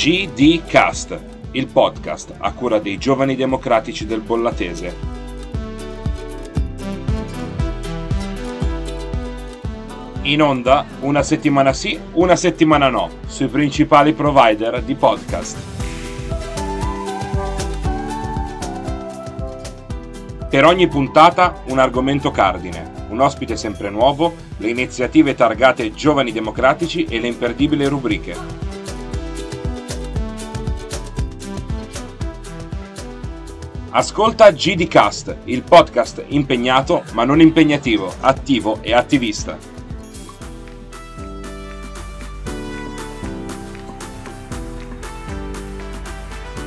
GD Cast, il podcast a cura dei Giovani Democratici del Bollatese. In onda una settimana sì, una settimana no, sui principali provider di podcast. Per ogni puntata un argomento cardine, un ospite sempre nuovo, le iniziative targate Giovani Democratici e le imperdibili rubriche. Ascolta GD Cast, il podcast impegnato ma non impegnativo, attivo e attivista.